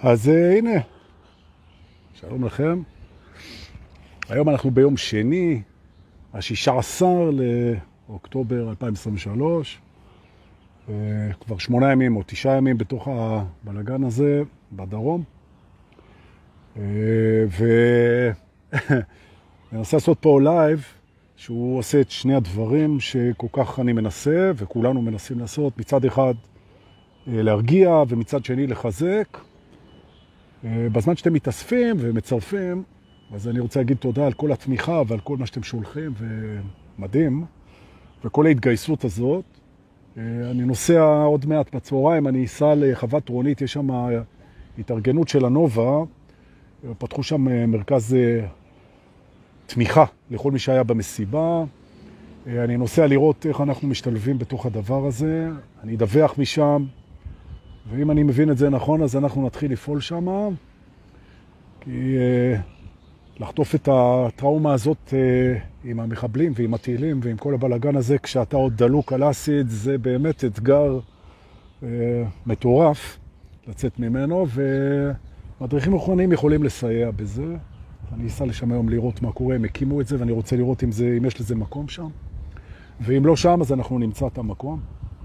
אז הנה, שלום לכם. היום אנחנו ביום שני, ה-16 לאוקטובר 2023. כבר 8 ימים או 9 ימים בתוך הבלגן הזה בדרום. וננסה לעשות פה לייב, שהוא עושה את שני הדברים שכל כך אני מנסה, וכולנו מנסים לעשות. מצד אחד להרגיע, ומצד שני לחזק. בזמן שאתם מתאספים ומצרפים, אז אני רוצה להגיד תודה על כל התמיכה ועל כל מה שאתם שולחים, ומדהים. וכל ההתגייסות הזאת. אני נוסע עוד מעט בצהריים, אני אסע לחוות רונית, יש שם התארגנות של הנובה, פתחו שם מרכז תמיכה לכל מי שהיה במסיבה. אני נוסע לראות איך אנחנו משתלבים בתוך הדבר הזה, אני אדווח משם, ואם אני מבין את זה נכון, אז אנחנו נתחיל לפעול שם, כי לחטוף את הטראומה הזאת עם המחבלים ועם הטילים ועם כל הבלגן הזה, כשאתה עוד דלוק על אסיד, זה באמת אתגר מטורף לצאת ממנו, ומדריכים מוכנים יכולים לסייע בזה. אני אסע לשם היום לראות מה קורה, הם הקימו את זה, ואני רוצה לראות אם יש לזה מקום שם. ואם לא שם, אז אנחנו נמצא את המקום.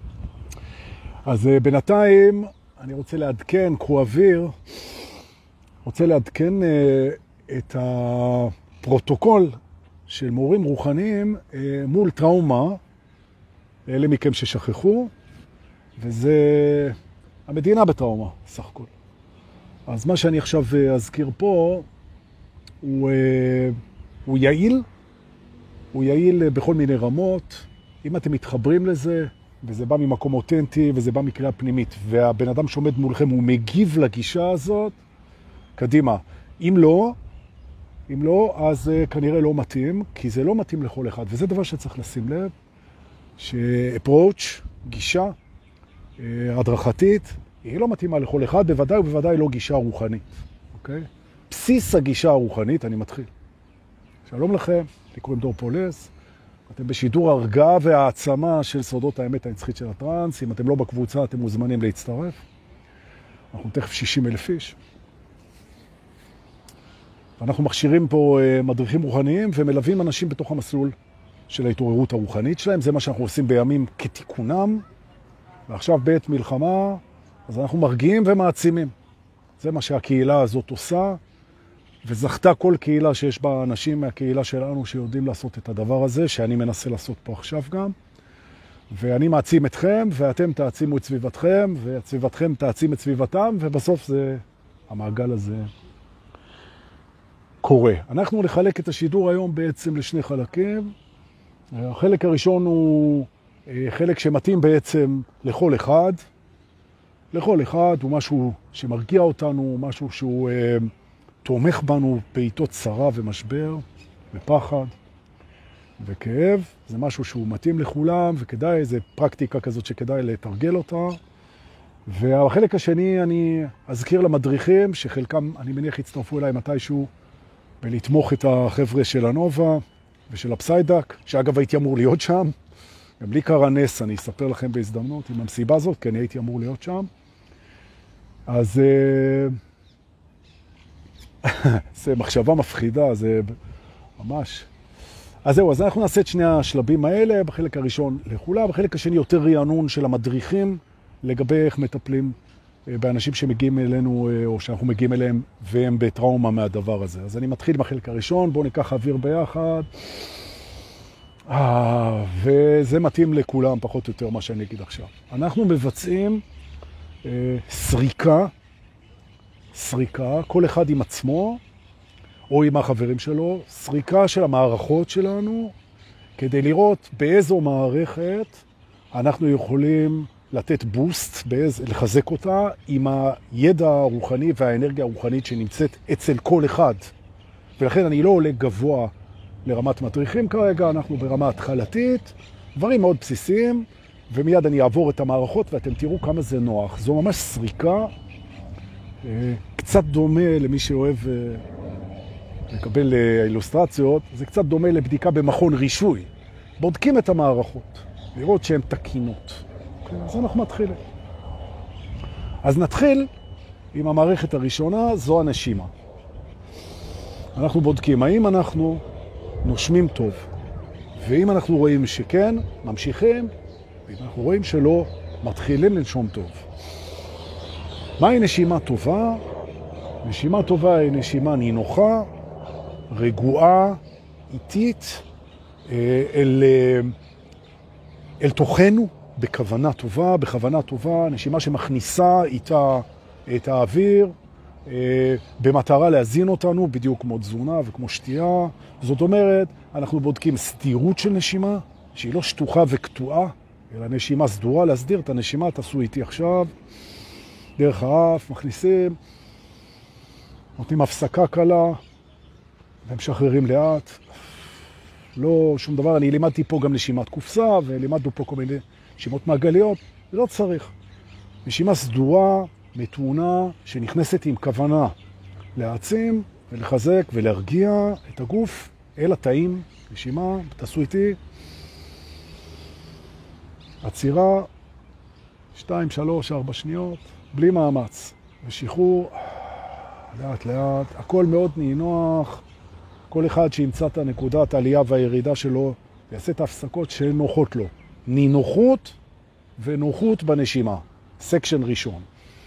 אז בינתיים אני רוצה לעדכן, קחו אוויר, רוצה לעדכן את הפרוטוקול של מורים רוחניים מול טראומה, אלה מכם ששכחו, וזה המדינה בטראומה, סך הכל. אז מה שאני עכשיו אזכיר פה, הוא יעיל, הוא יעיל בכל מיני רמות. אם אתם מתחברים לזה, וזה בא ממקום אותנטי, וזה בא מקריאה פנימית, והבן אדם שעומד מולכם, הוא מגיב לגישה הזאת, קדימה. אם לא, אז כנראה לא מתאים, כי זה לא מתאים לכל אחד. וזה דבר שצריך לשים לב, שאפרוץ', גישה הדרכתית, היא לא מתאימה לכל אחד, בוודאי ובוודאי לא גישה רוחנית. אוקיי? בסיס הגישה הרוחנית, אני מתחיל. שלום לכם, לי קוראים דור פולס, אתם בשידור הרגעה והעצמה של סודות האמת הנצחית של הטרנס. אם אתם לא בקבוצה, אתם מוזמנים להצטרף. אנחנו תכף 60,000 איש. אנחנו מכשירים פה מדריכים רוחניים ומלווים אנשים בתוך המסלול של ההתעוררות הרוחנית שלהם. זה מה שאנחנו עושים בימים כתיקונם. ועכשיו בעת מלחמה, אז אנחנו מרגיעים ומעצימים. זה מה שהקהילה הזאת עושה. וזכתה כל קהילה שיש בה אנשים מהקהילה שלנו שיודעים לעשות את הדבר הזה, שאני מנסה לעשות פה עכשיו גם. ואני מעצים אתכם, ואתם תעצימו את סביבתכם, וסביבתכם תעצים את סביבתם, ובסוף זה, המעגל הזה קורה. אנחנו נחלק את השידור היום בעצם לשני חלקים. החלק הראשון הוא חלק שמתאים בעצם לכל אחד. לכל אחד הוא משהו שמרגיע אותנו, משהו שהוא תומך בנו בעיתות צרה ומשבר, ופחד וכאב. זה משהו שהוא מתאים לכולם, וכדאי, זה פרקטיקה כזאת שכדאי לתרגל אותה. והחלק השני, אני אזכיר למדריכים, שחלקם, אני מניח, יצטרפו אליי מתישהו, ולתמוך את החבר'ה של הנובה ושל הפסיידק, שאגב הייתי אמור להיות שם. גם לי קרה נס, אני אספר לכם בהזדמנות עם המסיבה הזאת, כי אני הייתי אמור להיות שם. אז זה מחשבה מפחידה, זה ממש. אז זהו, אז אנחנו נעשה את שני השלבים האלה, בחלק הראשון לכולם, בחלק השני יותר רענון של המדריכים, לגבי איך מטפלים באנשים שמגיעים אלינו, או שאנחנו מגיעים אליהם, והם בטראומה מהדבר הזה. אז אני מתחיל עם החלק הראשון, בואו ניקח אוויר ביחד. וזה מתאים לכולם, פחות או יותר מה שאני אגיד עכשיו. אנחנו מבצעים סריקה, כל אחד עם עצמו, או עם החברים שלו, סריקה של המערכות שלנו, כדי לראות באיזו מערכת אנחנו יכולים לתת בוסט, לחזק אותה עם הידע הרוחני והאנרגיה הרוחנית שנמצאת אצל כל אחד. ולכן אני לא עולה גבוה לרמת מדריכים כרגע, אנחנו ברמה התחלתית, דברים מאוד בסיסיים, ומיד אני אעבור את המערכות ואתם תראו כמה זה נוח. זו ממש סריקה, קצת דומה למי שאוהב לקבל אילוסטרציות, זה קצת דומה לבדיקה במכון רישוי. בודקים את המערכות, לראות שהן תקינות. אז אנחנו מתחילים. אז נתחיל עם המערכת הראשונה, זו הנשימה. אנחנו בודקים האם אנחנו נושמים טוב. ואם אנחנו רואים שכן, ממשיכים, ואם אנחנו רואים שלא, מתחילים לנשום טוב. מהי נשימה טובה? נשימה טובה היא נשימה נינוחה, רגועה, איטית, אל תוכנו, בכוונה טובה, נשימה שמכניסה איתה את האוויר, במטרה להזין אותנו, בדיוק כמו תזונה וכמו שתייה. זאת אומרת, אנחנו בודקים סדירות של נשימה, שהיא לא שטוחה וקטועה, אלא נשימה סדורה. להסדיר את הנשימה, תעשו איתי עכשיו, דרך האף, מכניסים, נותנים הפסקה קלה, ומשחררים לאט. לא שום דבר, אני לימדתי פה גם נשימת קופסה, ולימדנו פה כל מיני נשימות מעגליות, ולא צריך. נשימה סדורה, מתונה, שנכנסת עם כוונה להעצים ולחזק ולהרגיע את הגוף אל התאים. נשימה, תעשו איתי. עצירה, 2, 3, 4 שניות, בלי מאמץ. ושחרור, לאט לאט, הכל מאוד נינוח. כל אחד שימצא את הנקודת העלייה והירידה שלו, יעשה את ההפסקות שנוחות לו. נינוחות ונוחות בנשימה. סקשן ראשון.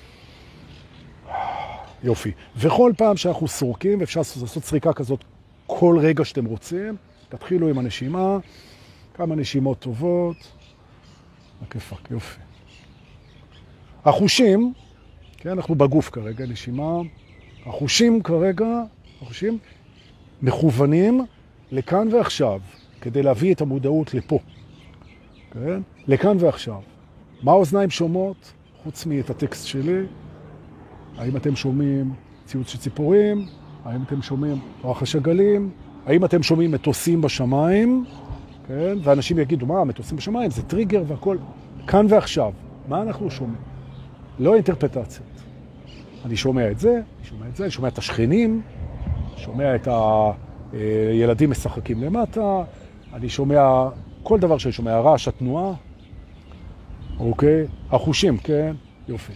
יופי. וכל פעם שאנחנו סורקים, ואפשר לעשות סריקה כזאת כל רגע שאתם רוצים, תתחילו עם הנשימה, כמה נשימות טובות. הכיפק, יופי. החושים, כן, אנחנו בגוף כרגע, נשימה. החושים כרגע, החושים מכוונים לכאן ועכשיו, כדי להביא את המודעות לפה. כן? לכאן ועכשיו. מה האוזניים שומעות? חוץ מאת הטקסט שלי. האם אתם שומעים ציוץ של ציפורים? האם אתם שומעים רחש הגלים? האם אתם שומעים מטוסים בשמיים? כן? ואנשים יגידו, מה, מטוסים בשמיים? זה טריגר והכל. כאן ועכשיו. מה אנחנו שומעים? לא אינטרפטציות. אני שומע את זה, אני שומע את זה, אני שומע את השכנים, שומע את הילדים משחקים למטה, אני שומע כל דבר שאני שומע, הרעש, התנועה. אוקיי? החושים, כן? יופי.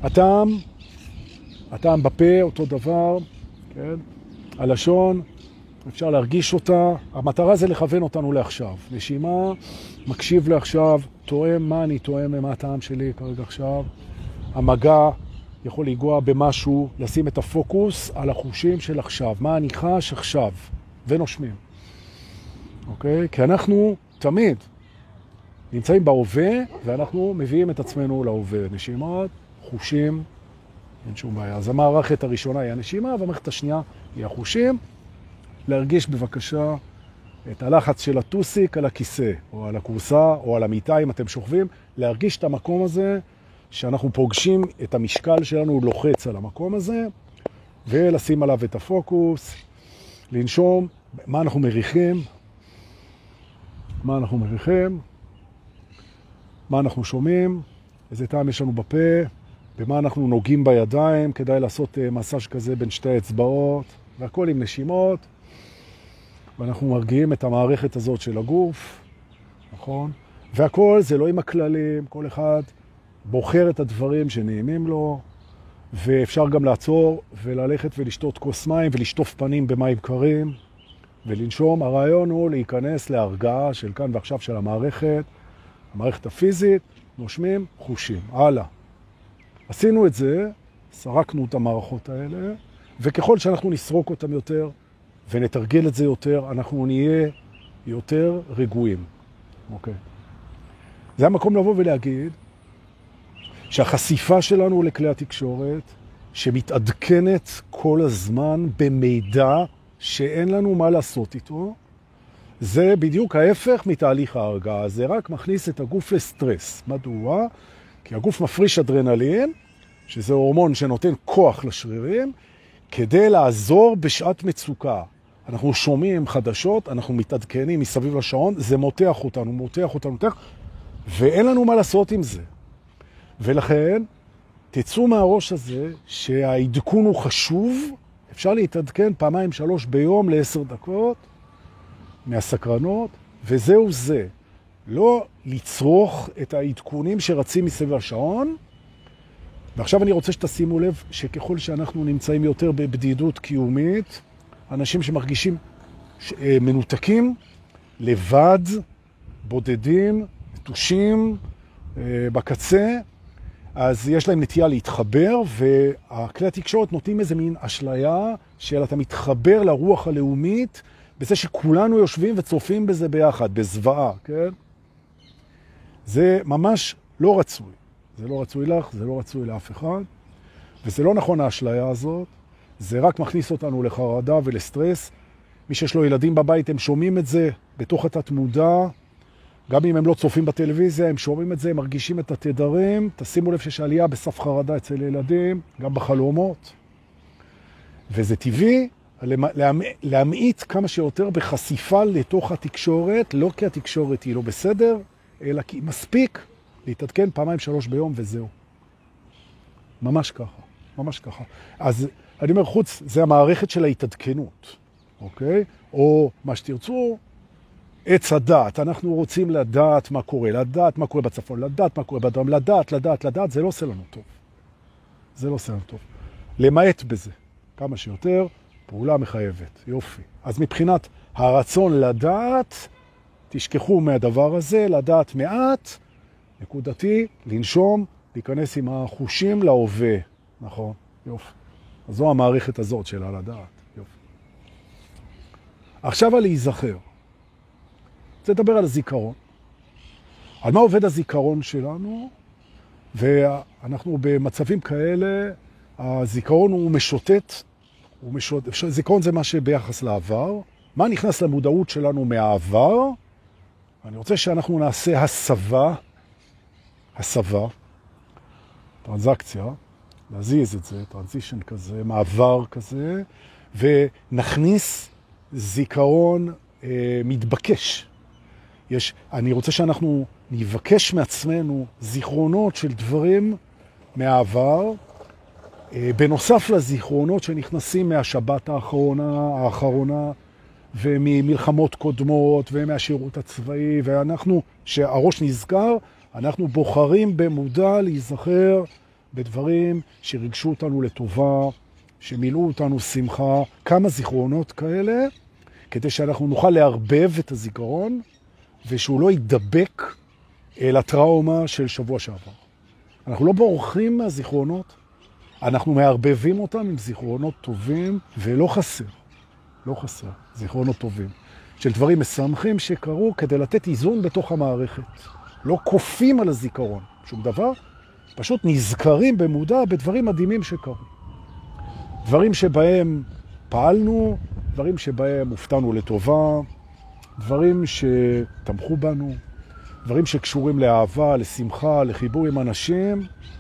הטעם בפה, אותו דבר, כן? הלשון, אפשר להרגיש אותה. המטרה זה לכוון אותנו לעכשיו. נשימה, מקשיב לעכשיו, תואם מה אני תואם, מה הטעם שלי כרגע עכשיו. המגע יכול לגוע במשהו, לשים את הפוקוס על החושים של עכשיו. מה אני חש עכשיו? ונושמים. אוקיי? כי אנחנו תמיד נמצאים בהווה, ואנחנו מביאים את עצמנו להווה. נשימות, חושים, אין שום בעיה. אז המערכת הראשונה היא הנשימה, והמערכת השנייה היא החושים. להרגיש בבקשה את הלחץ של הטוסיק על הכיסא, או על הכורסה, או על המיטה, אם אתם שוכבים, להרגיש את המקום הזה, שאנחנו פוגשים את המשקל שלנו לוחץ על המקום הזה, ולשים עליו את הפוקוס, לנשום, מה אנחנו מריחים, מה אנחנו שומעים, איזה טעם יש לנו בפה, במה אנחנו נוגעים בידיים, כדאי לעשות מסאז' כזה בין שתי האצבעות, והכל עם נשימות, ואנחנו מרגיעים את המערכת הזאת של הגוף, נכון? והכל זה לא עם הכללים, כל אחד בוחר את הדברים שנעימים לו, ואפשר גם לעצור וללכת ולשתות כוס מים ולשטוף פנים במים קרים ולנשום. הרעיון הוא להיכנס להרגעה של כאן ועכשיו של המערכת הפיזית, נושמים, חושים. הלאה. עשינו את זה, סרקנו את המערכות האלה, וככל שאנחנו נסרוק אותם יותר ונתרגל את זה יותר, אנחנו נהיה יותר רגועים. אוקיי. זה המקום לבוא ולהגיד שהחשיפה שלנו לכלי התקשורת, שמתעדכנת כל הזמן במידע שאין לנו מה לעשות איתו, זה בדיוק ההפך מתהליך ההרגעה. זה רק מכניס את הגוף לסטרס. מדוע? כי הגוף מפריש אדרנלין, שזה הורמון שנותן כוח לשרירים, כדי לעזור בשעת מצוקה. אנחנו שומעים חדשות, אנחנו מתעדכנים מסביב לשעון, זה מותח אותנו, ואין לנו מה לעשות עם זה. ולכן, תצאו מהראש הזה שהעדכון הוא חשוב, אפשר להתעדכן 2-3 ביום ל10 דקות מהסקרנות, וזהו זה. לא לצרוך את העדכונים שרצים מסביב השעון, ועכשיו אני רוצה שתשימו לב שככל שאנחנו נמצאים יותר בבדידות קיומית, אנשים שמרגישים מנותקים, לבד, בודדים, נטושים, בקצה, אז יש להם נטייה להתחבר, והכלי התקשורת נותנים איזה מין אשליה של אתה מתחבר לרוח הלאומית, בזה שכולנו יושבים וצופים בזה ביחד, בזוועה, כן? זה ממש לא רצוי. זה לא רצוי לך, זה לא רצוי לאף אחד, וזה לא נכון האשליה הזאת, זה רק מכניס אותנו לחרדה ולסטרס. מי שיש לו ילדים בבית, הם שומעים את זה בתוך התת מודע, גם אם הם לא צופים בטלוויזיה, הם שומעים את זה, הם מרגישים את התדרים. תשימו לב שיש עלייה בסף חרדה אצל ילדים, גם בחלומות. וזה טבעי להמעיט כמה שיותר בחשיפה לתוך התקשורת, לא כי התקשורת היא לא בסדר, אלא כי מספיק להתעדכן 2-3 ביום וזהו. ממש ככה, ממש ככה. אז אני אומר, חוץ, זה המערכת של ההתעדכנות, אוקיי? או מה שתרצו, עץ הדעת. אנחנו רוצים לדעת מה קורה, לדעת מה קורה בצפון, לדעת מה קורה בדרום, לדעת, זה לא עושה לנו טוב. זה לא עושה לנו טוב. למעט בזה, כמה שיותר, פעולה מחייבת. יופי. אז מבחינת הרצון לדעת, תשכחו מהדבר הזה, לדעת מעט, נקודתי, לנשום, להיכנס עם החושים להווה. נכון? יופי. אז זו המערכת הזאת שלה לדעת. יופי. עכשיו על להיזכר. זה לדבר על הזיכרון. על מה עובד הזיכרון שלנו? ואנחנו במצבים כאלה, הזיכרון הוא משוטט. זיכרון זה מה שביחס לעבר. מה נכנס למודעות שלנו מהעבר? אני רוצה שאנחנו נעשה הסבה, טרנזקציה, להזיז את זה, טרנזישן כזה, מעבר כזה, ונכניס זיכרון מתבקש. אני רוצה שאנחנו נבקש מעצמנו זיכרונות של דברים מהעבר, בנוסף לזיכרונות שנכנסים מהשבת האחרונה, וממלחמות קודמות, ומהשירות הצבאי, ואנחנו, שהראש נזכר, אנחנו בוחרים במודע להיזכר בדברים שרגשו אותנו לטובה, שמילאו אותנו שמחה, כמה זיכרונות כאלה, כדי שאנחנו נוכל להרבב את הזיכרון, ושהוא לא ידבק אל הטראומה של שבוע שעבר. אנחנו לא בורחים מהזיכרונות, אנחנו מערבבים אותם עם זיכרונות טובים, ולא חסר, לא חסר, זיכרונות טובים, של דברים משמחים שקרו כדי לתת איזון בתוך המערכת. לא קופים על הזיכרון, שום דבר, פשוט נזכרים במודע בדברים מדהימים שקרו. דברים שבהם פעלנו, דברים שבהם הופתענו לטובה, דברים שתמכו בנו, דברים שקשורים לאהבה, לשמחה, לחיבור עם אנשים,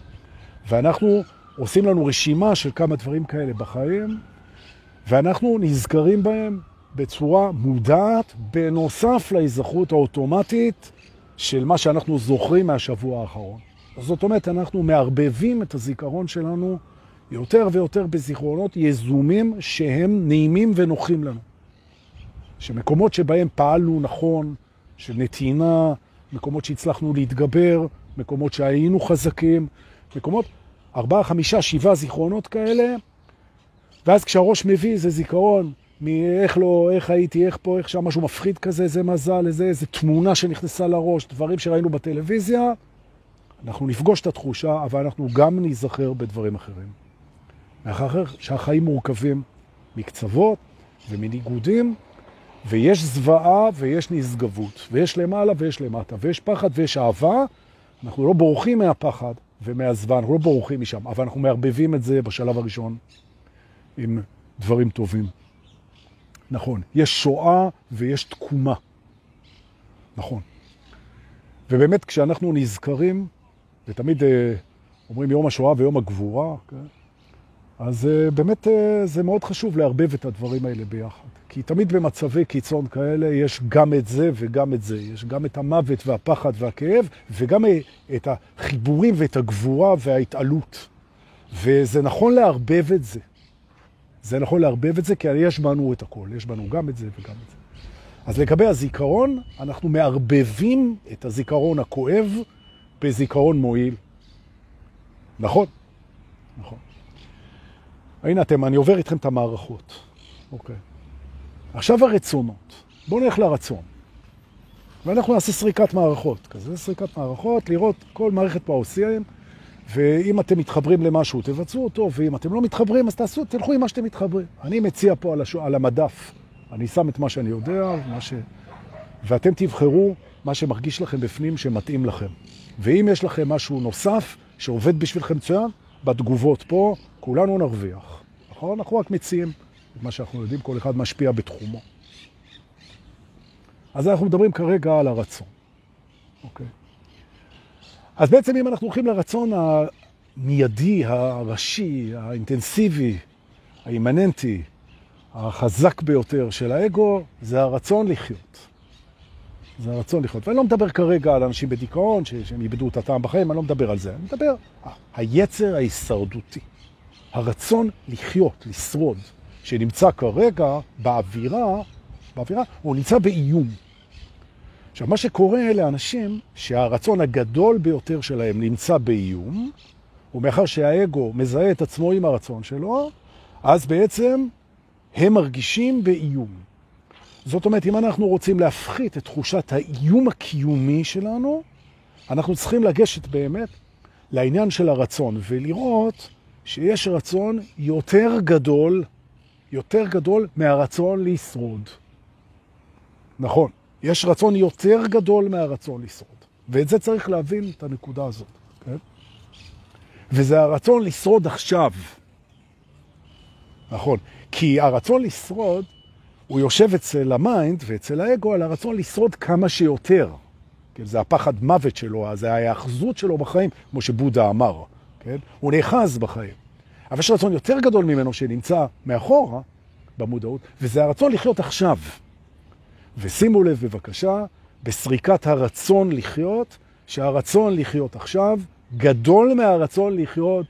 ואנחנו עושים לנו רשימה של כמה דברים כאלה בחיים, ואנחנו נזכרים בהם בצורה מודעת, בנוסף להיזכרות האוטומטית של מה שאנחנו זוכרים מהשבוע האחרון. זאת אומרת, אנחנו מערבבים את הזיכרון שלנו יותר ויותר בזיכרונות יזומים שהם נעימים ונוחים לנו. שמקומות שבהם פעלנו נכון, של נתינה, מקומות שהצלחנו להתגבר, מקומות שהיינו חזקים, מקומות 4, 5, 7 זיכרונות כאלה, ואז כשהראש מביא איזה זיכרון, מאיך לא, איך הייתי, איך פה, איך שם, משהו מפחיד כזה, איזה מזל, איזה תמונה שנכנסה לראש, דברים שראינו בטלוויזיה, אנחנו נפגוש את התחושה, אבל אנחנו גם נזכר בדברים אחרים. מאחר שהחיים מורכבים מקצוות ומניגודים, ויש זוועה ויש נשגבות, ויש למעלה ויש למטה, ויש פחד ויש אהבה. אנחנו לא בורחים מהפחד ומהזוועה, אנחנו לא בורחים משם, אבל אנחנו מערבבים את זה בשלב הראשון עם דברים טובים. נכון, יש שואה ויש תקומה. נכון. ובאמת כשאנחנו נזכרים, ותמיד אומרים יום השואה ויום הגבורה, כן? אז באמת זה מאוד חשוב להרבב את הדברים האלה ביחד. כי תמיד במצבי קיצון כאלה יש גם את זה וגם את זה. יש גם את המוות והפחד והכאב, וגם את החיבורים ואת הגבורה וההתעלות. וזה נכון להרבב את זה. זה נכון להרבב את זה, כי יש בנו את הכל. יש בנו גם את זה וגם את זה. אז לגבי הזיכרון, אנחנו מערבבים את הזיכרון הכואב בזיכרון מועיל. נכון? נכון. הנה אתם, אני עובר איתכם את המערכות. אוקיי. עכשיו הרצונות. בואו נלך לרצון. ואנחנו נעשה סריקת מערכות. כזה סריקת מערכות, לראות כל מערכת פה עושים, ואם אתם מתחברים למשהו, תבצעו אותו, ואם אתם לא מתחברים, אז תלכו עם מה שאתם מתחברים. אני מציע פה על המדף. אני שם את מה שאני יודע, ואתם תבחרו מה שמרגיש לכם בפנים שמתאים לכם. ואם יש לכם משהו נוסף שעובד בשבילכם מצוין, בתגובות פה כולנו נרוויח. נכון? אנחנו רק מציעים את מה שאנחנו יודעים, כל אחד משפיע בתחומו. אז אנחנו מדברים כרגע על הרצון. אוקיי. אז בעצם אם אנחנו הולכים לרצון המיידי, הראשי, האינטנסיבי, האימננטי, החזק ביותר של האגו, זה הרצון לחיות. זה הרצון לחיות. ואני לא מדבר כרגע על אנשים בדיכאון, שהם איבדו את הטעם בחיים, אני לא מדבר על זה. אני מדבר היצר ההישרדותי. הרצון לחיות, לשרוד, שנמצא כרגע באווירה, הוא נמצא באיום. עכשיו, מה שקורה לאנשים, שהרצון הגדול ביותר שלהם נמצא באיום, ומאחר שהאגו מזהה את עצמו עם הרצון שלו, אז בעצם הם מרגישים באיום. זאת אומרת, אם אנחנו רוצים להפחית את תחושת האיום הקיומי שלנו, אנחנו צריכים לגשת באמת לעניין של הרצון, ולראות שיש רצון יותר גדול מהרצון לשרוד. נכון, יש רצון יותר גדול מהרצון לשרוד. ואת זה צריך להבין, את הנקודה הזאת. כן? וזה הרצון לשרוד עכשיו. נכון, כי הרצון לשרוד, הוא יושב אצל המיינד ואצל האגו על הרצון לשרוד כמה שיותר. כן? זה הפחד מוות שלו, זה ההאחזות שלו בחיים, כמו שבודה אמר. כן? הוא נאחז בחיים. אבל יש רצון יותר גדול ממנו שנמצא מאחורה במודעות, וזה הרצון לחיות עכשיו. ושימו לב בבקשה, בסריקת הרצון לחיות, שהרצון לחיות עכשיו גדול מהרצון לחיות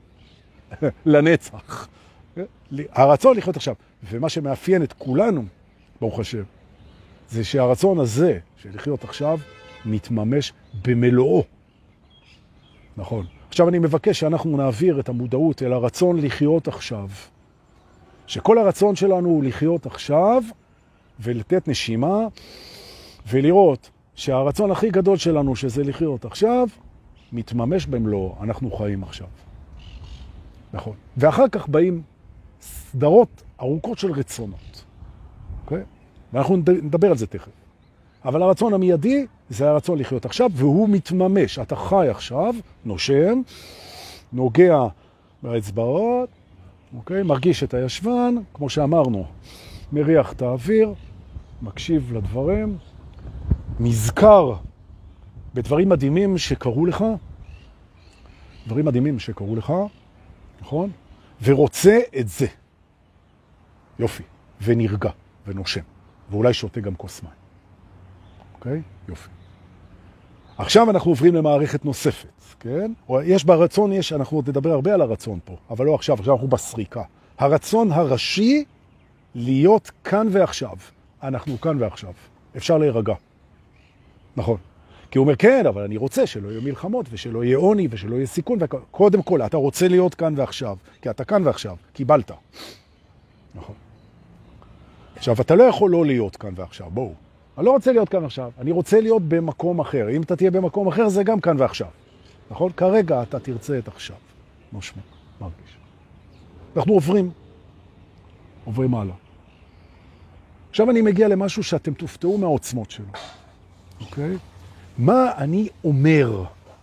לנצח. הרצון לחיות עכשיו. ומה שמאפיין את כולנו, ברוך השם, זה שהרצון הזה של לחיות עכשיו מתממש במלואו. נכון. עכשיו אני מבקש שאנחנו נעביר את המודעות אל הרצון לחיות עכשיו. שכל הרצון שלנו הוא לחיות עכשיו, ולתת נשימה, ולראות שהרצון הכי גדול שלנו, שזה לחיות עכשיו, מתממש במלואו. אנחנו חיים עכשיו. נכון. ואחר כך באים סדרות ארוכות של רצונות. אוקיי? ואנחנו נדבר על זה תכף. אבל הרצון המיידי זה הרצון לחיות עכשיו, והוא מתממש. אתה חי עכשיו, נושם, נוגע באצבעות, אוקיי? מרגיש את הישבן, כמו שאמרנו, מריח את האוויר, מקשיב לדברים, מזכר בדברים מדהימים שקרו לך, דברים מדהימים שקרו לך, נכון? ורוצה את זה. יופי. ונרגע, ונושם. ואולי שותה גם כוס מים. אוקיי? יופי. עכשיו אנחנו עוברים למערכת נוספת, כן? יש ברצון, אנחנו עוד נדבר הרבה על הרצון פה, אבל לא עכשיו, עכשיו אנחנו בסריקה. הרצון הראשי להיות כאן ועכשיו. אנחנו כאן ועכשיו. אפשר להירגע. נכון. כי הוא אומר, כן, אבל אני רוצה שלא יהיו מלחמות, ושלא יהיה עוני, ושלא יהיה סיכון. קודם כל, אתה רוצה להיות כאן ועכשיו, כי אתה כאן ועכשיו, קיבלת. נכון. עכשיו, אתה לא יכול לא להיות כאן ועכשיו, בואו. אני לא רוצה להיות כאן עכשיו, אני רוצה להיות במקום אחר. אם אתה תהיה במקום אחר, זה גם כאן ועכשיו. נכון? כרגע אתה תרצה את עכשיו. נושם, מרגיש. אנחנו עוברים הלאה. עכשיו אני מגיע למשהו שאתם תופתעו מהעוצמות שלו. אוקיי? מה אני אומר?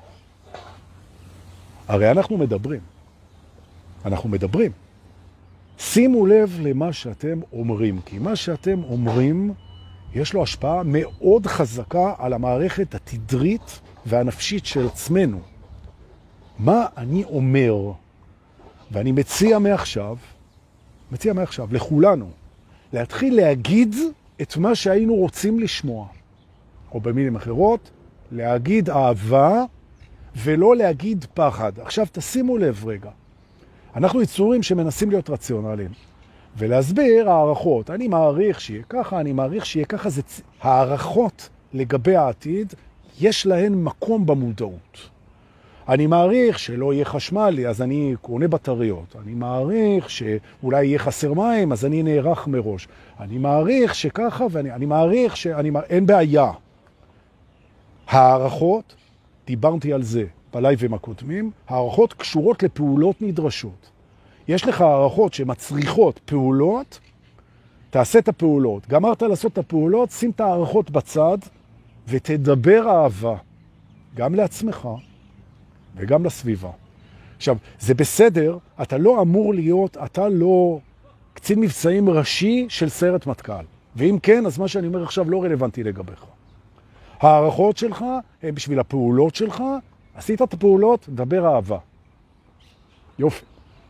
הרי אנחנו מדברים. שימו לב למה שאתם אומרים, כי מה שאתם אומרים יש לו השפעה מאוד חזקה על המערכת התדרית והנפשית של עצמנו. מה אני אומר? ואני מציע מעכשיו לכולנו, להתחיל להגיד את מה שהיינו רוצים לשמוע. או במילים אחרות, להגיד אהבה ולא להגיד פחד. עכשיו תשימו לב רגע. אנחנו יצורים שמנסים להיות רציונליים. ולהסביר הערכות. אני מעריך שיהיה ככה, אני מעריך שיהיה ככה. הערכות לגבי העתיד, יש להן מקום במודעות. אני מעריך שלא יהיה חשמל, אז אני קונה בטריות. אני מעריך שאולי יהיה חסר מים, אז אני נערך מראש. אני מעריך שככה, ואני מעריך אין בעיה. הערכות, דיברתי על זה בלייבים הקודמים, הערכות קשורות לפעולות נדרשות. יש לך הערכות שמצריכות פעולות, תעשה את הפעולות. גמרת לעשות את הפעולות, שים את הערכות בצד, ותדבר אהבה, גם לעצמך וגם לסביבה. עכשיו, זה בסדר, אתה לא אמור להיות, אתה לא קצין מבצעים ראשי של סיירת מטכ"ל. ואם כן, אז מה שאני אומר עכשיו לא רלוונטי לגביך. הערכות שלך הן בשביל הפעולות שלך, עשית את הפעולות, דבר אהבה. יופי.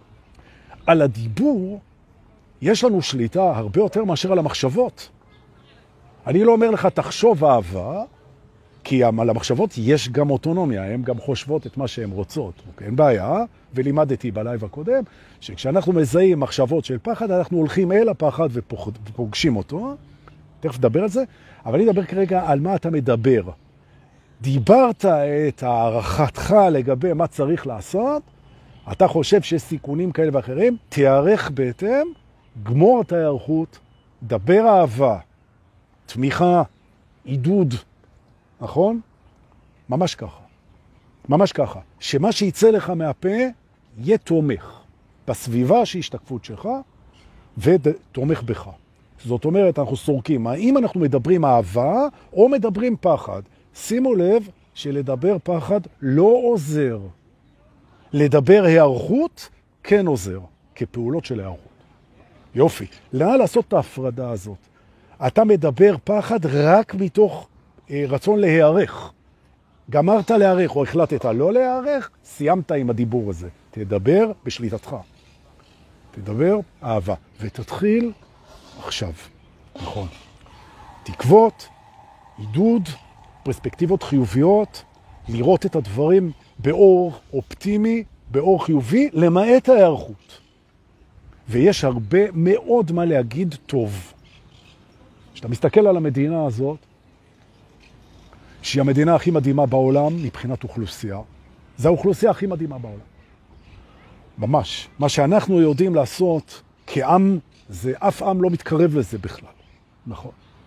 על הדיבור יש לנו שליטה הרבה יותר מאשר על המחשבות. אני לא אומר לך תחשוב אהבה, כי על המחשבות יש גם אוטונומיה, הן גם חושבות את מה שהן רוצות. אין בעיה, ולימדתי בלייב הקודם, שכשאנחנו מזהים מחשבות של פחד, אנחנו הולכים אל הפחד ופוגשים אותו. תכף נדבר על זה, אבל אני אדבר כרגע על מה אתה מדבר. דיברת את הערכתך לגבי מה צריך לעשות, אתה חושב שיש סיכונים כאלה ואחרים, תיערך בהתאם, גמור את ההיערכות, דבר אהבה, תמיכה, עידוד, נכון? ממש ככה. ממש ככה. שמה שיצא לך מהפה יהיה תומך בסביבה שהשתקפות שלך ותומך בך. זאת אומרת, אנחנו סורקים. האם אנחנו מדברים אהבה או מדברים פחד? שימו לב שלדבר פחד לא עוזר. לדבר הערכות כן עוזר, כפעולות של הערכות. יופי. למה לעשות את ההפרדה הזאת? אתה מדבר פחד רק מתוך רצון להיערך. גמרת להיערך או החלטת לא להיערך, סיימת עם הדיבור הזה. תדבר בשליטתך. תדבר אהבה. ותתחיל עכשיו. נכון. תקוות, עידוד, פרספקטיבות חיוביות, לראות את הדברים באור אופטימי, באור חיובי, למעט ההיערכות. ויש הרבה מאוד מה להגיד טוב. כשאתה מסתכל על המדינה הזאת, שהיא המדינה הכי מדהימה בעולם מבחינת אוכלוסייה, זו האוכלוסייה הכי מדהימה בעולם. ממש. מה שאנחנו יודעים לעשות כעם, זה אף עם לא מתקרב לזה בכלל. נכון.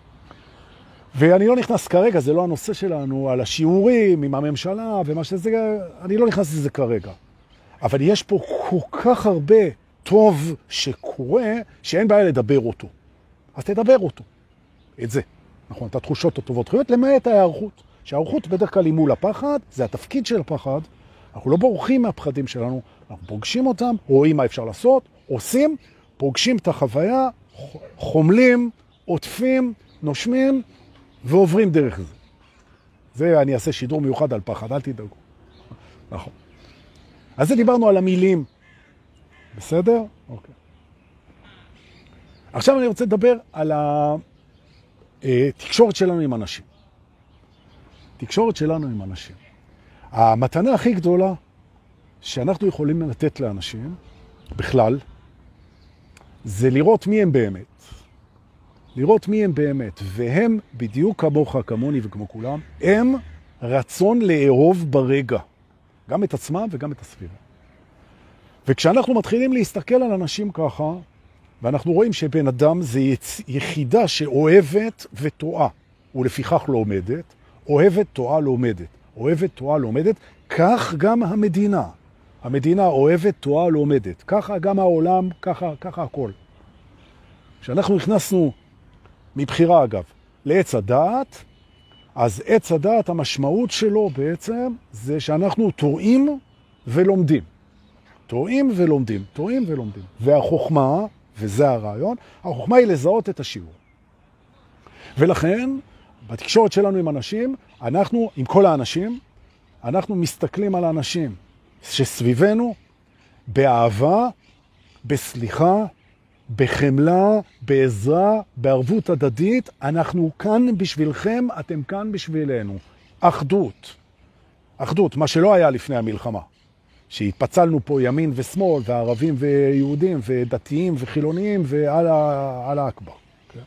ואני לא נכנס כרגע, זה לא הנושא שלנו, על השיעורים עם הממשלה ומה שזה, אני לא נכנס לזה כרגע. אבל יש פה כל כך הרבה טוב שקורה, שאין בעיה לדבר אותו. אז תדבר אותו. את זה. נכון, את התחושות הטובות חיות, למעט ההיערכות. שההיערכות בדרך כלל היא מול הפחד, זה התפקיד של הפחד. אנחנו לא בורחים מהפחדים שלנו, אנחנו פוגשים אותם, רואים מה אפשר לעשות, עושים, פוגשים את החוויה, חומלים, עוטפים, נושמים, ועוברים דרך זה. זה אני אעשה שידור מיוחד על פחד, אל תדאגו. נכון. אז זה דיברנו על המילים. בסדר? אוקיי. עכשיו אני רוצה לדבר על התקשורת שלנו עם אנשים. תקשורת שלנו עם אנשים. המתנה הכי גדולה שאנחנו יכולים לתת לאנשים, בכלל, זה לראות מי הם באמת. לראות מי הם באמת. והם, בדיוק כמוך, כמוני וכמו כולם, הם רצון לאהוב ברגע. גם את עצמם וגם את הסביבה. וכשאנחנו מתחילים להסתכל על אנשים ככה, ואנחנו רואים שבן אדם זה יחידה שאוהבת וטועה, ולפיכך לא עומדת, אוהבת, טועה, לא עומדת. אוהבת, טועה, לא עומדת, כך גם המדינה. המדינה אוהבת, טועה, לא עומדת. ככה גם העולם, ככה הכל. כשאנחנו נכנסנו מבחירה אגב, לעץ הדעת, אז עץ הדעת המשמעות שלו בעצם זה שאנחנו טועים ולומדים. טועים ולומדים, טועים ולומדים. והחוכמה, וזה הרעיון, החוכמה היא לזהות את השיעור. ולכן, בתקשורת שלנו עם אנשים, אנחנו, עם כל האנשים, אנחנו מסתכלים על האנשים שסביבנו, באהבה, בסליחה, בחמלה, בעזרה, בערבות הדדית, אנחנו כאן בשבילכם, אתם כאן בשבילנו. אחדות. אחדות, מה שלא היה לפני המלחמה. שהתפצלנו פה ימין ושמאל, וערבים ויהודים, ודתיים וחילוניים, ועל האקבר. כן?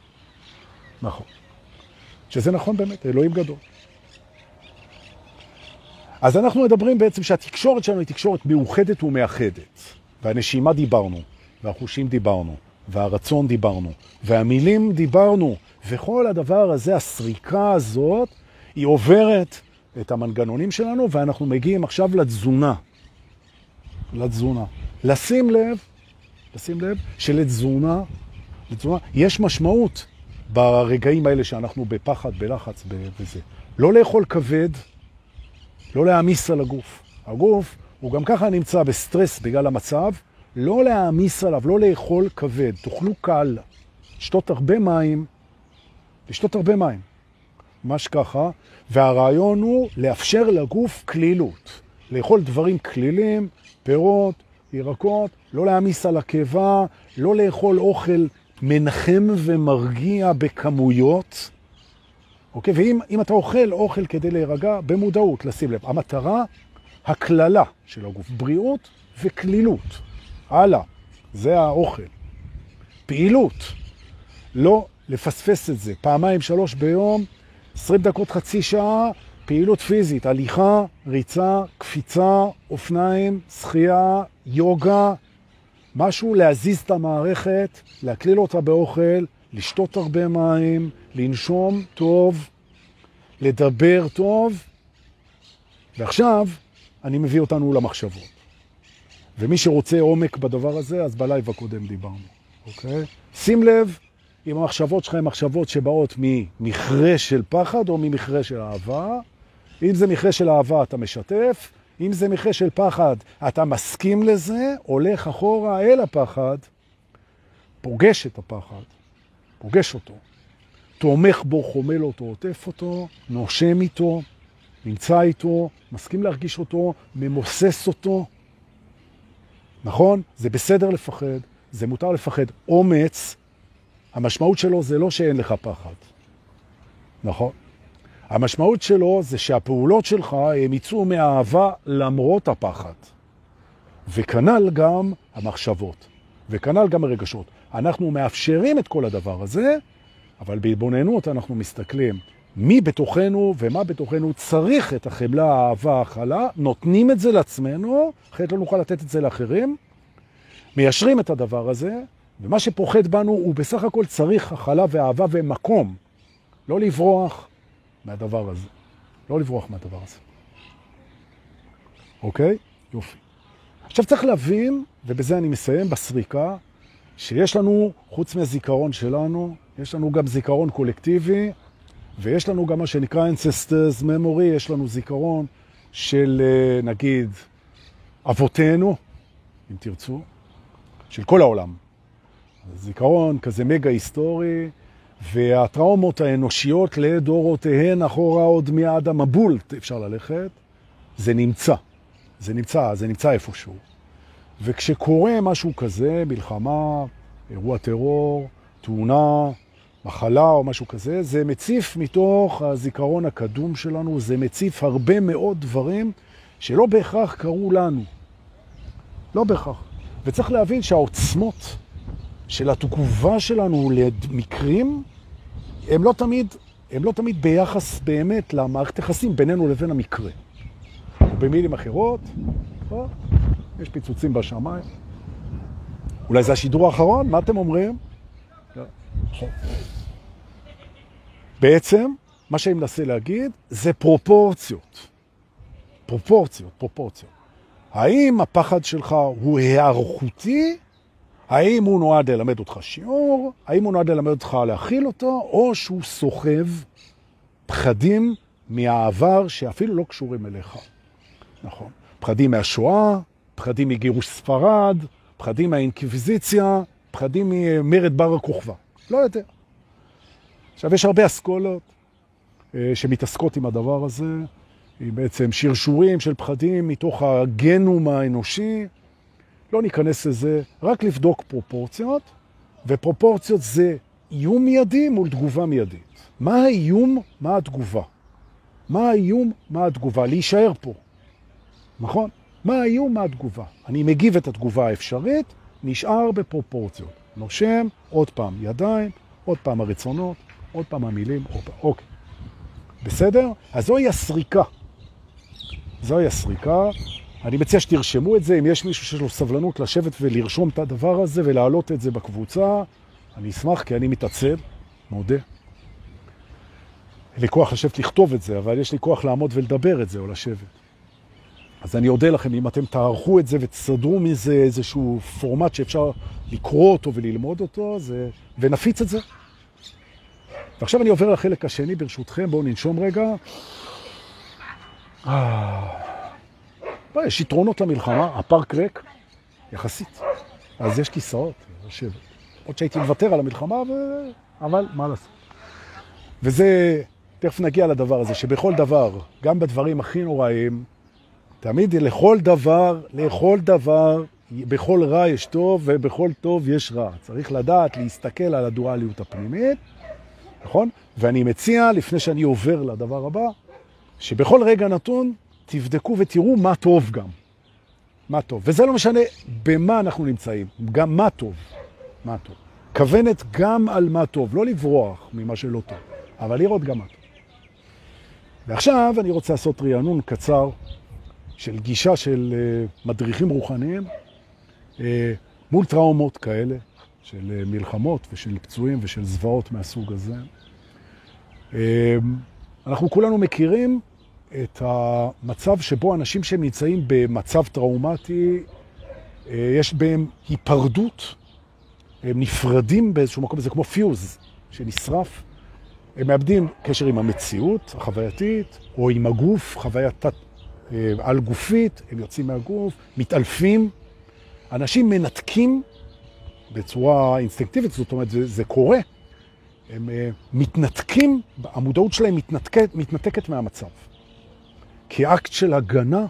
נכון. שזה נכון באמת, אלוהים גדול. אז אנחנו מדברים בעצם שהתקשורת שלנו היא תקשורת מאוחדת ומאחדת. והנשימה דיברנו, והחושים דיברנו, והרצון דיברנו, והמילים דיברנו, וכל הדבר הזה, הסריקה הזאת, היא עוברת את המנגנונים שלנו, ואנחנו מגיעים עכשיו לתזונה. לתזונה. לשים לב שלתזונה יש משמעות ברגעים האלה שאנחנו בפחד, בלחץ, וזה. לא לאכול כבד, לא להעמיס על הגוף. הגוף הוא גם ככה נמצא בסטרס בגלל המצב, לא להעמיס עליו, לא לאכול כבד. תאכלו קל, לשתות הרבה מים, ממש ככה, והרעיון הוא לאפשר לגוף כלילות. לאכול דברים כלילים, פירות, ירקות, לא להעמיס על הקיבה, לא לאכול אוכל מנחם ומרגיע בכמויות. אוקיי? ואם אתה אוכל כדי להירגע, במודעות, לשים לב. המטרה, הכללה של הגוף, בריאות וכלילות. הלאה, זה האוכל. פעילות, לא לפספס את זה. 2-3 ביום, 20 דקות, חצי שעה, פעילות פיזית, הליכה, ריצה, קפיצה, אופניים, שחייה, יוגה, משהו להזיז את המערכת, להקליל אותה באוכל, לשתות הרבה מים, לנשום טוב, לדבר טוב. ועכשיו אני מביא אותנו למחשבות. ומי שרוצה עומק בדבר הזה, אז בלייב הקודם דיברנו. אוקיי? שים לב אם המחשבות שלך הן מחשבות שבאות ממכרה של פחד או ממכרה של אהבה. אם זה מכרה של אהבה אתה משתף, אם זה מכרה של פחד אתה מסכים לזה, הולך אחורה אל הפחד, פוגש את הפחד, פוגש אותו, תומך בו, חומל אותו, עוטף אותו, נושם איתו, נמצא איתו, מסכים להרגיש אותו, ממוסס אותו. נכון? זה בסדר לפחד, זה מותר לפחד. אומץ, המשמעות שלו זה לא שאין לך פחד. נכון? המשמעות שלו זה שהפעולות שלך הם יצאו מהאהבה למרות הפחד. וכנ"ל גם המחשבות, וכנ"ל גם הרגשות. אנחנו מאפשרים את כל הדבר הזה, אבל בהתבוננות אנחנו מסתכלים מי בתוכנו ומה בתוכנו צריך את החמלה, האהבה, ההכלה, נותנים את זה לעצמנו, אחרת לא נוכל לתת את זה לאחרים, מיישרים את הדבר הזה, ומה שפוחד בנו הוא בסך הכל צריך הכלה ואהבה ומקום. לא לברוח מהדבר הזה. לא לברוח מהדבר הזה. אוקיי? יופי. עכשיו צריך להבין, ובזה אני מסיים בסריקה, שיש לנו, חוץ מהזיכרון שלנו, יש לנו גם זיכרון קולקטיבי, ויש לנו גם מה שנקרא ancestors memory, יש לנו זיכרון של, נגיד, אבותינו, אם תרצו, של כל העולם. זיכרון כזה מגה היסטורי, והטראומות האנושיות לדורותיהן אחורה עוד מאדם הבולט אפשר ללכת, זה נמצא. זה נמצא איפשהו. וכשקורה משהו כזה, מלחמה, אירוע טרור, תאונה, מחלה או משהו כזה, זה מציף מתוך הזיכרון הקדום שלנו, זה מציף הרבה מאוד דברים שלא בהכרח קרו לנו. לא בהכרח. וצריך להבין שהעוצמות של התגובה שלנו למקרים, הם לא תמיד ביחס באמת למערכת יחסים בינינו לבין המקרה. במילים אחרות, יש פיצוצים בשמיים. אולי זה השידור האחרון? מה אתם אומרים? בעצם, מה שאני מנסה להגיד, זה פרופורציות. פרופורציות. האם הפחד שלך הוא הערכותי? האם הוא נועד ללמד אותך שיעור? האם הוא נועד ללמד אותך להכיל אותו? או שהוא סוחב פחדים מהעבר שאפילו לא קשורים אליך. נכון. פחדים מהשואה, פחדים מגירוש ספרד, פחדים מהאינקוויזיציה, פחדים ממרד בר הכוכבא. לא יודע. עכשיו, יש הרבה אסכולות שמתעסקות עם הדבר הזה, עם בעצם שרשורים של פחדים מתוך הגנום האנושי. לא ניכנס לזה, רק לבדוק פרופורציות, ופרופורציות זה איום מיידי מול תגובה מיידית. מה האיום? מה התגובה? מה האיום? מה התגובה? להישאר פה. נכון? מה האיום? מה התגובה? אני מגיב את התגובה האפשרית, נשאר בפרופורציות. נושם, עוד פעם ידיים, עוד פעם הרצונות, עוד פעם המילים, אוקיי. בסדר? אז זוהי הסריקה. זוהי הסריקה. אני מציע שתרשמו את זה, אם יש מישהו שיש לו סבלנות לשבת ולרשום את הדבר הזה ולהעלות את זה בקבוצה, אני אשמח, כי אני מתעצב, מודה. אין לי כוח לשבת לכתוב את זה, אבל יש לי כוח לעמוד ולדבר את זה או לשבת. אז אני אודה לכם אם אתם תערכו את זה ותסדרו מזה איזשהו פורמט שאפשר לקרוא אותו וללמוד אותו, ונפיץ את זה. ועכשיו אני עובר לחלק השני, ברשותכם, בואו ננשום רגע. יש יתרונות למלחמה, הפארק ריק, יחסית. אז יש כיסאות, יושבת. עוד שהייתי מוותר על המלחמה, אבל מה לעשות? וזה, תכף נגיע לדבר הזה, שבכל דבר, גם בדברים הכי נוראים, תמיד לכל דבר, בכל רע יש טוב ובכל טוב יש רע. צריך לדעת להסתכל על הדואליות הפנימית, נכון? ואני מציע, לפני שאני עובר לדבר הבא, שבכל רגע נתון תבדקו ותראו מה טוב גם. מה טוב. וזה לא משנה במה אנחנו נמצאים, גם מה טוב. מה טוב. כוונת גם על מה טוב, לא לברוח ממה שלא טוב, אבל לראות גם מה טוב. ועכשיו אני רוצה לעשות רענון קצר של גישה של מדריכים רוחניים מול טראומות כאלה, של מלחמות ושל פצועים ושל זוועות מהסוג הזה. אנחנו כולנו מכירים את המצב שבו אנשים שהם נמצאים במצב טראומטי, יש בהם היפרדות, הם נפרדים באיזשהו מקום, זה כמו פיוז שנשרף, הם מאבדים קשר עם המציאות החווייתית, או עם הגוף, חוויה על גופית, הם יוצאים מהגוף, מתעלפים, אנשים מנתקים בצורה אינסטינקטיבית, זאת אומרת, זה קורה, הם מתנתקים, המודעות שלהם מתנתקת מהמצב. כאקט של הגנה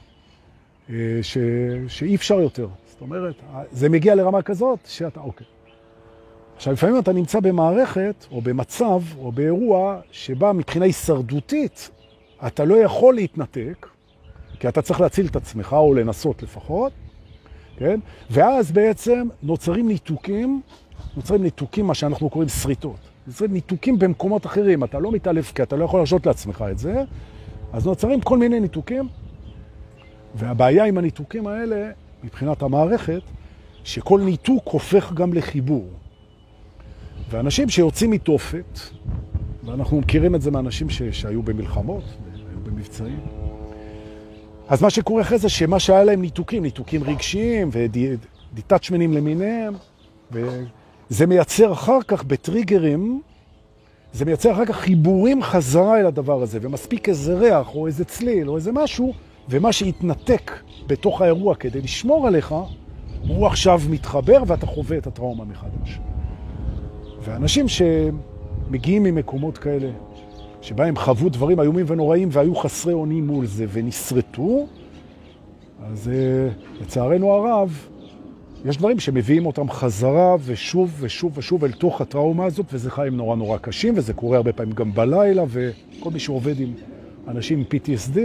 שאי אפשר יותר. זאת אומרת, זה מגיע לרמה כזאת שאתה, אוקיי. עכשיו, לפעמים אתה נמצא במערכת או במצב או באירוע שבה מבחינה הישרדותית אתה לא יכול להתנתק, כי אתה צריך להציל את עצמך או לנסות לפחות, כן? ואז בעצם נוצרים ניתוקים, מה שאנחנו קוראים שריטות. נוצרים ניתוקים במקומות אחרים, אתה לא מתעלף כי אתה לא יכול להרשות לעצמך את זה, אז נוצרים כל מיני ניתוקים, והבעיה עם הניתוקים האלה, מבחינת המערכת, שכל ניתוק הופך גם לחיבור. ואנשים שיוצאים מתופת, ואנחנו מכירים את זה מאנשים שהיו במלחמות, היו במבצעים, אז מה שקורה אחרי זה, שמה שהיה להם ניתוקים רגשיים ודיטאצ'מנטים למיניהם, וזה מייצר אחר כך בטריגרים, זה מייצר אחר כך חיבורים חזרה אל הדבר הזה, ומספיק איזה ריח או איזה צליל או איזה משהו, ומה שהתנתק בתוך האירוע כדי לשמור עליך, הוא עכשיו מתחבר ואתה חווה את הטראומה מחדש. ואנשים שמגיעים ממקומות כאלה, שבהם חוו דברים איומים ונוראים והיו חסרי אונים מול זה ונשרטו, אז לצערנו הרב, יש דברים שמביאים אותם חזרה ושוב ושוב ושוב אל תוך הטראומה הזאת, וזה חיים נורא נורא קשים, וזה קורה הרבה פעמים גם בלילה, וכל מי שעובד עם אנשים עם PTSD,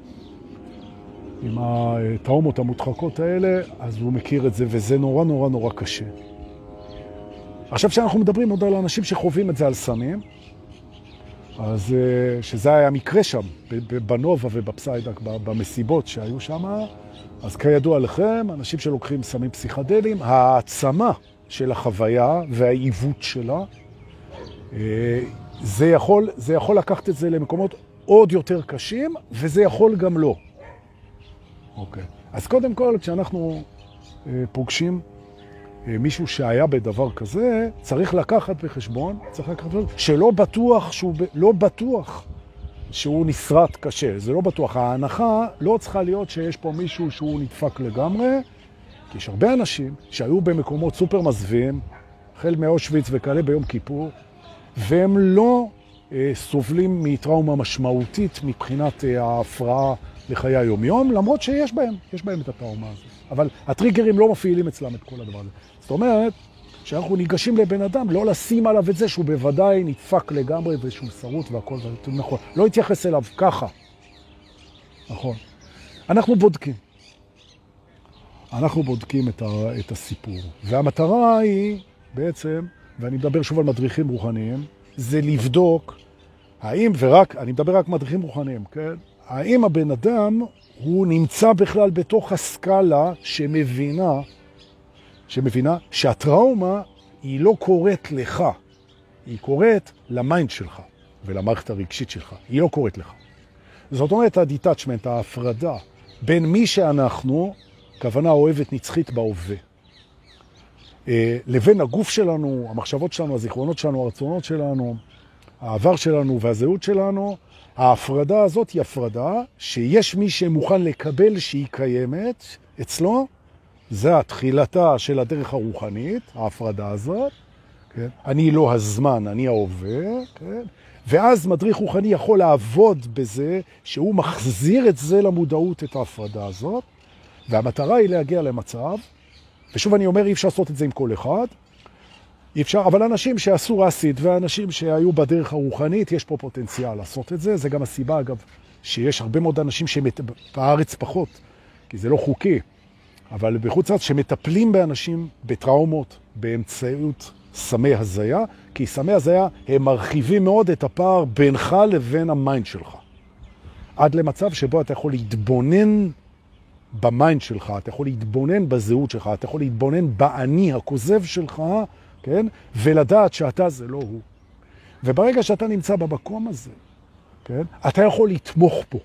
עם הטראומות המודחקות האלה, אז הוא מכיר את זה, וזה נורא נורא נורא קשה. עכשיו שאנחנו מדברים עוד על אנשים שחווים את זה על סמים, אז שזה היה מקרה שם, בנובה ובפסיידק, במסיבות שהיו שם, אז כידוע לכם, אנשים שלוקחים סמים פסיכדליים, העצמה של החוויה והעיוות שלה, זה יכול לקחת את זה למקומות עוד יותר קשים, וזה יכול גם לא. אוקיי. אז קודם כל, כשאנחנו פוגשים מישהו שהיה בדבר כזה, צריך לקחת בחשבון, שלא בטוח שהוא נשרט קשה. זה לא בטוח. ההנחה לא צריכה להיות שיש פה מישהו שהוא נדפק לגמרי, כי יש הרבה אנשים שהיו במקומות סופר מזווים, החל מאושוויץ וכאלה ביום כיפור, והם לא סובלים מטראומה משמעותית מבחינת ההפרעה לחיי היום-יום, למרות שיש בהם את הטראומה הזאת. אבל הטריגרים לא מפעילים אצלם את כל הדבר הזה. זאת אומרת, שאנחנו ניגשים לבן אדם, לא לשים עליו את זה שהוא בוודאי נדפק לגמרי ושהוא שרוט והכל, נכון. לא יתייחס אליו ככה. נכון. אנחנו בודקים את הסיפור. והמטרה היא בעצם, ואני מדבר שוב על מדריכים רוחניים, זה לבדוק האם ורק, אני מדבר רק מדריכים רוחניים, כן? האם הבן אדם הוא נמצא בכלל בתוך הסקאלה שמבינה שהטראומה היא לא קורית לך, היא קורית למיינד שלך ולמערכת הרגשית שלך, היא לא קורית לך. זאת אומרת, הדיטאצ'מנט, ההפרדה בין מי שאנחנו, כוונה אוהבת נצחית בהווה, לבין הגוף שלנו, המחשבות שלנו, הזיכרונות שלנו, הרצונות שלנו, העבר שלנו והזהות שלנו, ההפרדה הזאת היא הפרדה שיש מי שמוכן לקבל שהיא קיימת אצלו, זה התחילתה של הדרך הרוחנית, ההפרדה הזאת, כן? אני לא הזמן, אני ההווה, כן? ואז מדריך רוחני יכול לעבוד בזה שהוא מחזיר את זה למודעות, את ההפרדה הזאת, והמטרה היא להגיע למצב, ושוב אני אומר, אי אפשר לעשות את זה עם כל אחד, אי אפשר, אבל אנשים שעשו רסית ואנשים שהיו בדרך הרוחנית, יש פה פוטנציאל לעשות את זה. זה גם הסיבה, אגב, שיש הרבה מאוד אנשים בארץ פחות, כי זה לא חוקי, אבל בחוץ לארץ שמטפלים באנשים בטראומות באמצעות סמי הזיה, כי סמי הזיה הם מרחיבים מאוד את הפער בינך לבין המיינד שלך. עד למצב שבו אתה יכול להתבונן במיינד שלך, אתה יכול להתבונן בזהות שלך, אתה יכול להתבונן באני הכוזב שלך, כן? ולדעת שאתה זה לא הוא. וברגע שאתה נמצא במקום הזה, כן? אתה יכול לתמוך פה.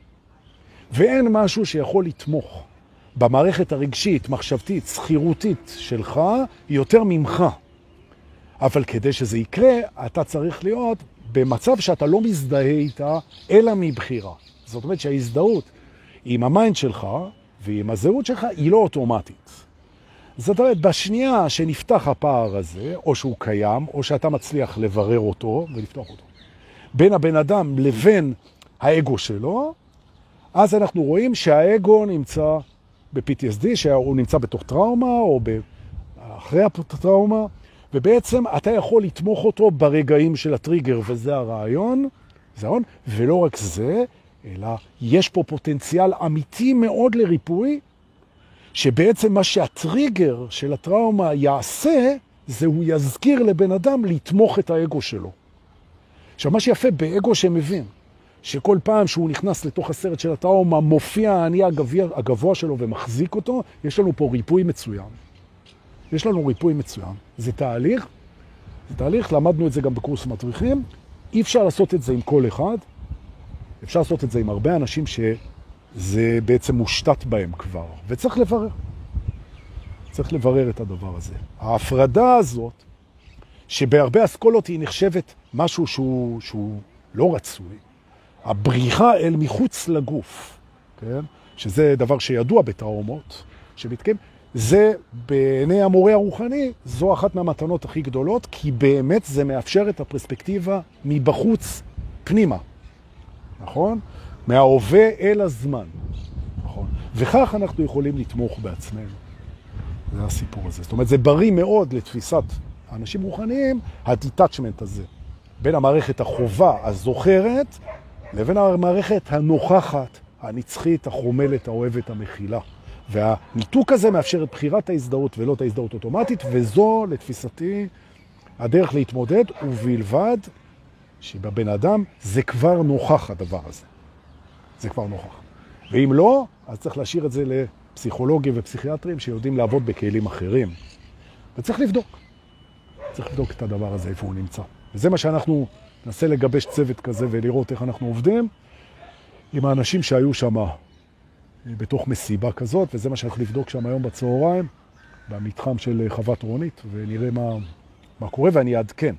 ואין משהו שיכול לתמוך במערכת הרגשית, מחשבתית, סחירותית שלך, יותר ממך. אבל כדי שזה יקרה, אתה צריך להיות במצב שאתה לא מזדהה איתה, אלא מבחירה. זאת אומרת שההזדהות עם המיינד שלך ועם הזהות שלך היא לא אוטומטית. זאת אומרת, בשנייה שנפתח הפער הזה, או שהוא קיים, או שאתה מצליח לברר אותו ולפתוח אותו, בין הבן אדם לבין האגו שלו, אז אנחנו רואים שהאגו נמצא ב-PTSD, שהוא נמצא בתוך טראומה, או אחרי הטראומה, ובעצם אתה יכול לתמוך אותו ברגעים של הטריגר, וזה הרעיון, ולא רק זה, אלא יש פה פוטנציאל אמיתי מאוד לריפוי, שבעצם מה שהטריגר של הטראומה יעשה, זה הוא יזכיר לבן אדם לתמוך את האגו שלו. עכשיו, מה שיפה באגו שמבין, שכל פעם שהוא נכנס לתוך הסרט של הטראומה, מופיע העני הגבוה שלו ומחזיק אותו, יש לנו פה ריפוי מצוין. יש לנו ריפוי מצוין. זה תהליך, למדנו את זה גם בקורס מדריכים, אי אפשר לעשות את זה עם כל אחד, אפשר לעשות את זה עם הרבה אנשים שזה בעצם מושתת בהם כבר, וצריך לברר. צריך לברר את הדבר הזה. ההפרדה הזאת, שבהרבה אסכולות היא נחשבת משהו שהוא לא רצוי, הבריחה אל מחוץ לגוף, כן? שזה דבר שידוע בטראומות, שמתקיים, זה בעיני המורה הרוחני, זו אחת מהמתנות הכי גדולות, כי באמת זה מאפשר את הפרספקטיבה מבחוץ פנימה. נכון? מההווה אל הזמן. נכון? וכך אנחנו יכולים לתמוך בעצמנו. זה הסיפור הזה. זאת אומרת, זה בריא מאוד לתפיסת האנשים רוחניים, הדיטאצ'מנט הזה, בין המערכת החובה הזוכרת, לבין המערכת הנוכחת, הנצחית, החומלת, האוהבת, המכילה. והניתוק הזה מאפשר את בחירת ההזדהות ולא את ההזדהות אוטומטית, וזו לתפיסתי הדרך להתמודד, ובלבד שבבן אדם זה כבר נוכח הדבר הזה. זה כבר נוכח. ואם לא, אז צריך להשאיר את זה לפסיכולוגים ופסיכיאטרים שיודעים לעבוד בכלים אחרים. וצריך לבדוק. צריך לבדוק את הדבר הזה, איפה הוא נמצא. וזה מה שאנחנו ננסה לגבש צוות כזה ולראות איך אנחנו עובדים עם האנשים שהיו שם בתוך מסיבה כזאת, וזה מה שאנחנו נבדוק שם היום בצהריים, במתחם של חוות רונית, ונראה מה קורה, ואני אעדכן.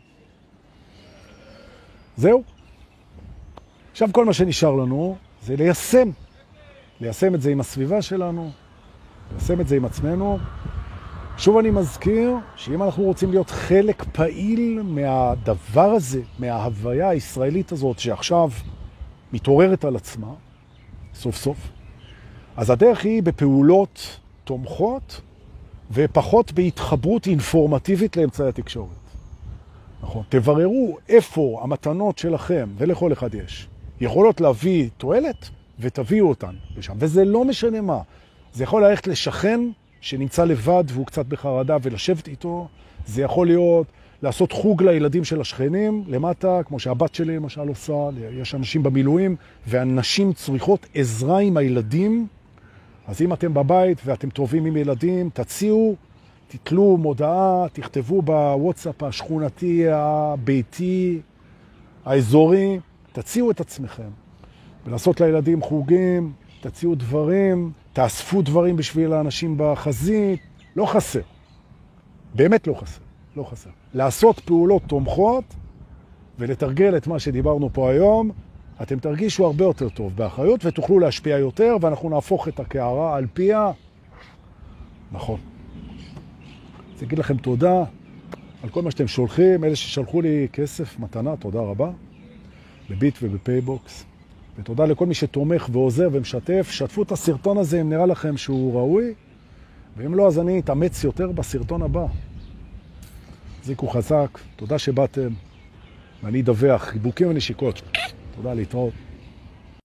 זהו. עכשיו כל מה שנשאר לנו זה ליישם את זה עם הסביבה שלנו, ליישם את זה עם עצמנו. שוב אני מזכיר שאם אנחנו רוצים להיות חלק פעיל מהדבר הזה, מההוויה הישראלית הזאת שעכשיו מתעוררת על עצמה, סוף סוף, אז הדרך היא בפעולות תומכות ופחות בהתחברות אינפורמטיבית לאמצעי התקשורת. נכון. תבררו איפה המתנות שלכם, ולכל אחד יש, יכולות להביא תועלת, ותביאו אותן לשם. וזה לא משנה מה. זה יכול ללכת לשכן שנמצא לבד והוא קצת בחרדה ולשבת איתו. זה יכול להיות לעשות חוג לילדים של השכנים למטה, כמו שהבת שלי למשל עושה, יש אנשים במילואים, והנשים צריכות עזרה עם הילדים. אז אם אתם בבית ואתם טובים עם ילדים, תציעו, תתלו מודעה, תכתבו בוואטסאפ השכונתי, הביתי, האזורי, תציעו את עצמכם. ולעשות לילדים חוגים, תציעו דברים, תאספו דברים בשביל האנשים בחזית, לא חסר. באמת לא חסר, לא חסר. לעשות פעולות תומכות ולתרגל את מה שדיברנו פה היום, אתם תרגישו הרבה יותר טוב באחריות ותוכלו להשפיע יותר, ואנחנו נהפוך את הקערה על פיה. נכון. אז אגיד לכם תודה על כל מה שאתם שולחים, אלה ששלחו לי כסף, מתנה, תודה רבה, בביט ובפייבוקס. ותודה לכל מי שתומך ועוזר ומשתף. שתפו את הסרטון הזה אם נראה לכם שהוא ראוי, ואם לא, אז אני אתאמץ יותר בסרטון הבא. זיקו חזק, תודה שבאתם, ואני אדווח, חיבוקים ונשיקות. תודה, להתראות.